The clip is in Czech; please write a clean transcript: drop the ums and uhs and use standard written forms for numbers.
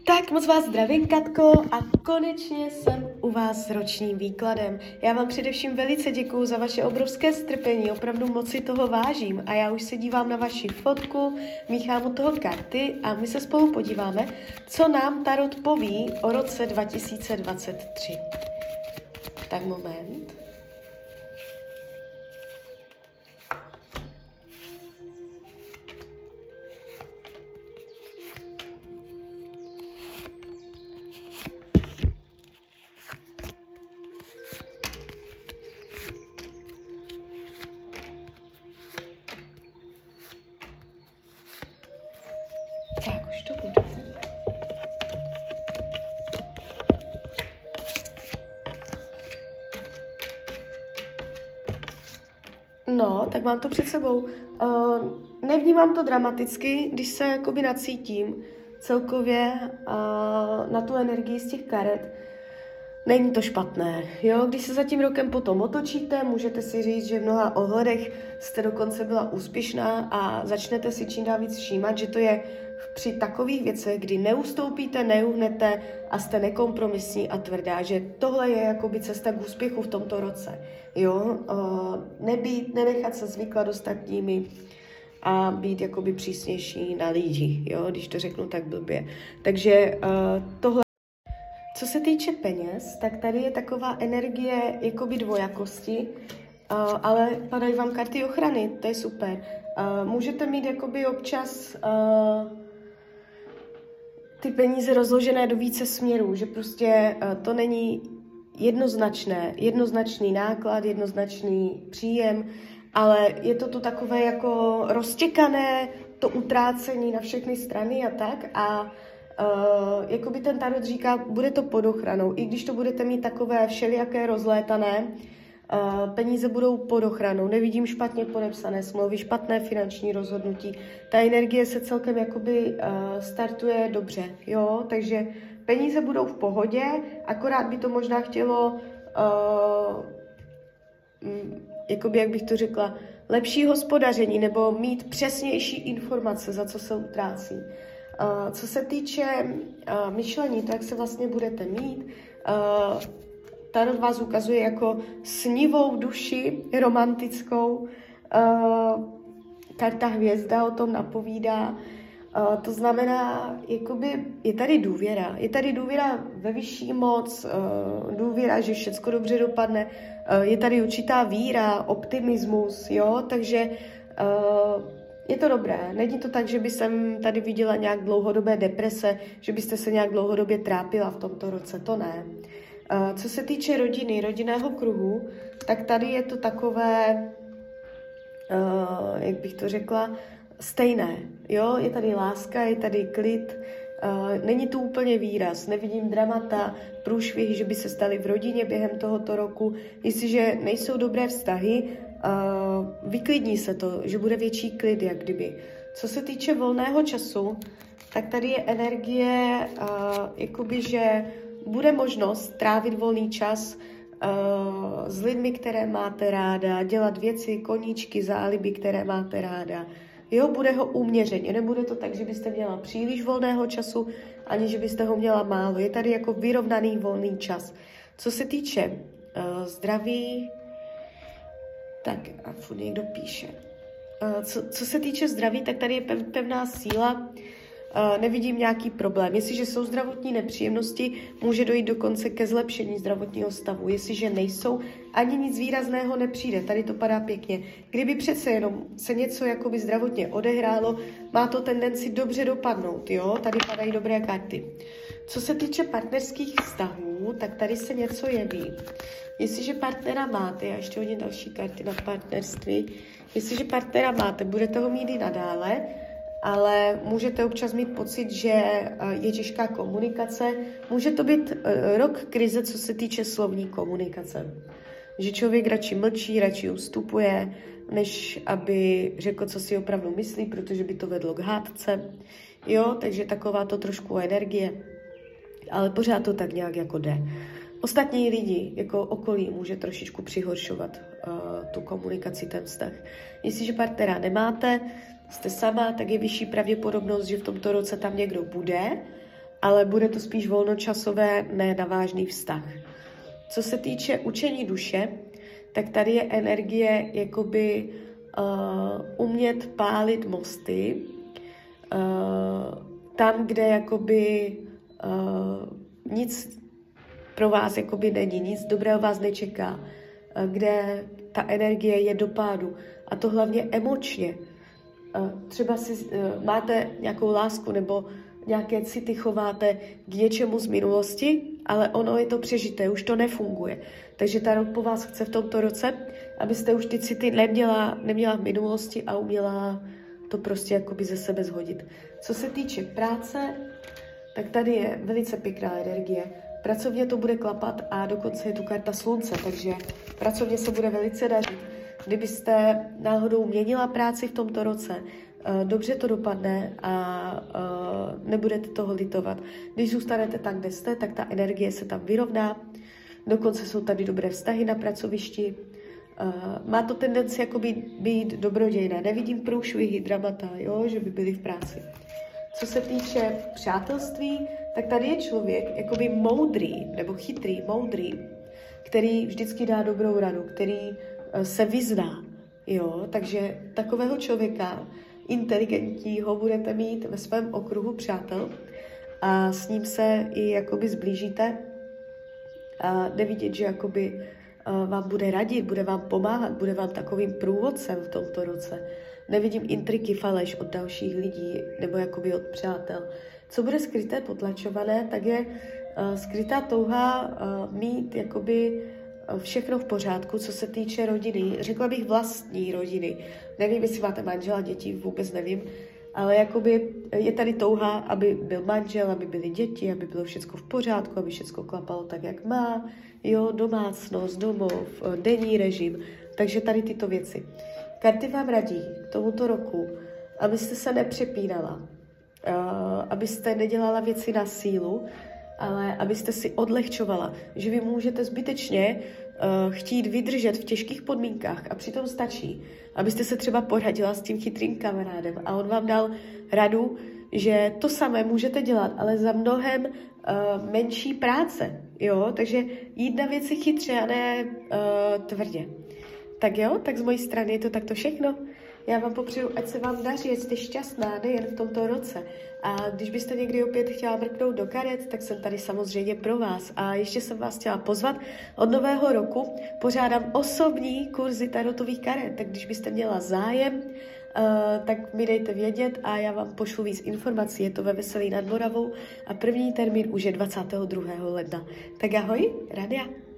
Tak moc vás zdravím, Katko, a konečně jsem u vás s ročním výkladem. Já vám především velice děkuju za vaše obrovské strpení, opravdu moc si toho vážím a já už se dívám na vaši fotku, míchám u toho karty a my se spolu podíváme, co nám Tarot poví o roce 2023. Tak moment. Tak, už to bude. No, tak mám to před sebou. Nevnímám to dramaticky, když se jakoby nacítím celkově na tu energii z těch karet. Není to špatné, jo? Když se za tím rokem potom otočíte, můžete si říct, že v mnoha ohledech jste dokonce byla úspěšná a začnete si čím dál víc všímat, že to je při takových věcech, kdy neustoupíte, neuhnete a jste nekompromisní a tvrdá, že tohle je jakoby cesta k úspěchu v tomto roce, jo? Nenechat se zvyklad ostatními a být jakoby přísnější na lidi, jo? Když to řeknu tak blbě. Takže tohle. Co se týče peněz, tak tady je taková energie jakoby dvojakosti, ale padají vám karty ochrany, to je super. Můžete mít jakoby občas ty peníze rozložené do více směrů, že prostě to není jednoznačný náklad, jednoznačný příjem, ale je to tu takové jako roztěkané, to utrácení na všechny strany a tak a jakoby ten tarot říká, bude to pod ochranou, i když to budete mít takové všelijaké rozlétané, peníze budou pod ochranou, nevidím špatně podepsané smlouvy, špatné finanční rozhodnutí, ta energie se celkem jakoby startuje dobře, jo, takže peníze budou v pohodě, akorát by to možná chtělo, jakoby, jak bych to řekla, lepší hospodaření nebo mít přesnější informace, za co se utrácí. Co se týče myšlení, tak se vlastně budete mít. Tarot vás ukazuje jako snivou duši, romantickou. Karta hvězda o tom napovídá. To znamená, jakoby je tady důvěra. Je tady důvěra ve vyšší moc, důvěra, že všechno dobře dopadne. Je tady určitá víra, optimismus, jo, takže je to dobré. Není to tak, že by jsem tady viděla nějak dlouhodobé deprese, že byste se nějak dlouhodobě trápila v tomto roce, to ne. Co se týče rodiny, rodinného kruhu, tak tady je to takové, jak bych to řekla, stejné. Jo? Je tady láska, je tady klid, není tu úplně výraz, nevidím dramata, průšvihy, že by se staly v rodině během tohoto roku. Jestliže nejsou dobré vztahy, vyklidní se to, že bude větší klid, jak kdyby. Co se týče volného času, tak tady je energie, jakoby, že bude možnost trávit volný čas s lidmi, které máte ráda, dělat věci, koníčky, záliby, které máte ráda. Jo, bude ho uměřeně, nebude to tak, že byste měla příliš volného času, ani že byste ho měla málo. Je tady jako vyrovnaný volný čas. Co se týče zdraví, tak a furt někdo píše. Co se týče zdraví, tak tady je pevná síla, nevidím nějaký problém. Jestliže jsou zdravotní nepříjemnosti, může dojít dokonce ke zlepšení zdravotního stavu. Jestliže nejsou, ani nic výrazného nepřijde. Tady to padá pěkně. Kdyby přece jenom se něco jakoby zdravotně odehrálo, má to tendenci dobře dopadnout. Jo? Tady padají dobré karty. Co se týče partnerských vztahů, tak tady se něco jeví. Jestliže partnera máte, já ještě hodně další karty na partnerství, jestliže partnera máte, budete ho mít i nadále, ale můžete občas mít pocit, že je těžká komunikace. Může to být rok krize, co se týče slovní komunikace. Že člověk radši mlčí, radši ustupuje, než aby řekl, co si opravdu myslí, protože by to vedlo k hádce. Jo, takže taková to trošku energie. Ale pořád to tak nějak jako jde. Ostatní lidi, jako okolí, může trošičku přihoršovat tu komunikaci, ten vztah. Jestliže partnera nemáte, jste sama, tak je vyšší pravděpodobnost, že v tomto roce tam někdo bude ale bude to spíš volnočasové, ne na vážný vztah. Co se týče učení duše, tak tady je energie jakoby umět pálit mosty, tam, kde jakoby nic pro vás jakoby není, nic dobrého vás nečeká, kde ta energie je do pádu. A to hlavně emočně. Třeba si máte nějakou lásku nebo nějaké city chováte k něčemu z minulosti, ale ono je to přežité, už to nefunguje. Takže Tarot po vás chce v tomto roce, abyste už ty city neměla v minulosti a uměla to prostě jakoby ze sebe zhodit. Co se týče práce, tak tady je velice pěkná energie. Pracovně to bude klapat a dokonce je tu karta slunce, takže pracovně se bude velice dařit. Kdybyste náhodou měnila práci v tomto roce, dobře to dopadne a nebudete toho litovat. Když zůstanete tam, kde jste, tak ta energie se tam vyrovná. Dokonce jsou tady dobré vztahy na pracovišti. Má to tendenci jakoby být dobrodějné. Nevidím průšvihy, dramata, jo, že by byly v práci. Co se týče přátelství, tak tady je člověk jakoby moudrý, nebo chytrý, moudrý, který vždycky dá dobrou radu, který se vyzná, jo, takže takového člověka inteligentního budete mít ve svém okruhu přátel a s ním se i jakoby zblížíte a nevidět, že jakoby vám bude radit, bude vám pomáhat, bude vám takovým průvodcem v tomto roce. Nevidím intriky, faleš od dalších lidí nebo jakoby od přátel. Co bude skryté, potlačované, tak je skrytá touha mít jakoby všechno v pořádku, co se týče rodiny. Řekla bych vlastní rodiny. Nevím, jestli máte manžela, děti, vůbec nevím, ale jakoby je tady touha, aby byl manžel, aby byly děti, aby bylo všechno v pořádku, aby všechno klapalo tak, jak má, jo, domácnost, domov, denní režim, takže tady tyto věci. Karty vám radí k tomuto roku, abyste se nepřepínala, abyste nedělala věci na sílu, ale abyste si odlehčovala, že vy můžete zbytečně chtít vydržet v těžkých podmínkách a přitom stačí, abyste se třeba poradila s tím chytrým kamarádem a on vám dal radu, že to samé můžete dělat, ale za mnohem menší práce, jo, takže jít na věci chytře a ne tvrdě. Tak jo, tak z mojí strany je to takto všechno. Já vám popřeju, ať se vám daří, ať jste šťastná, nejen v tomto roce. A když byste někdy opět chtěla mrknout do karet, tak jsem tady samozřejmě pro vás. A ještě jsem vás chtěla pozvat, od nového roku pořádám osobní kurzy tarotových karet, tak když byste měla zájem, tak mi dejte vědět a já vám pošlu víc informací. Je to ve Veselí nad Moravou a první termín už je 22. ledna. Tak ahoj, Radia.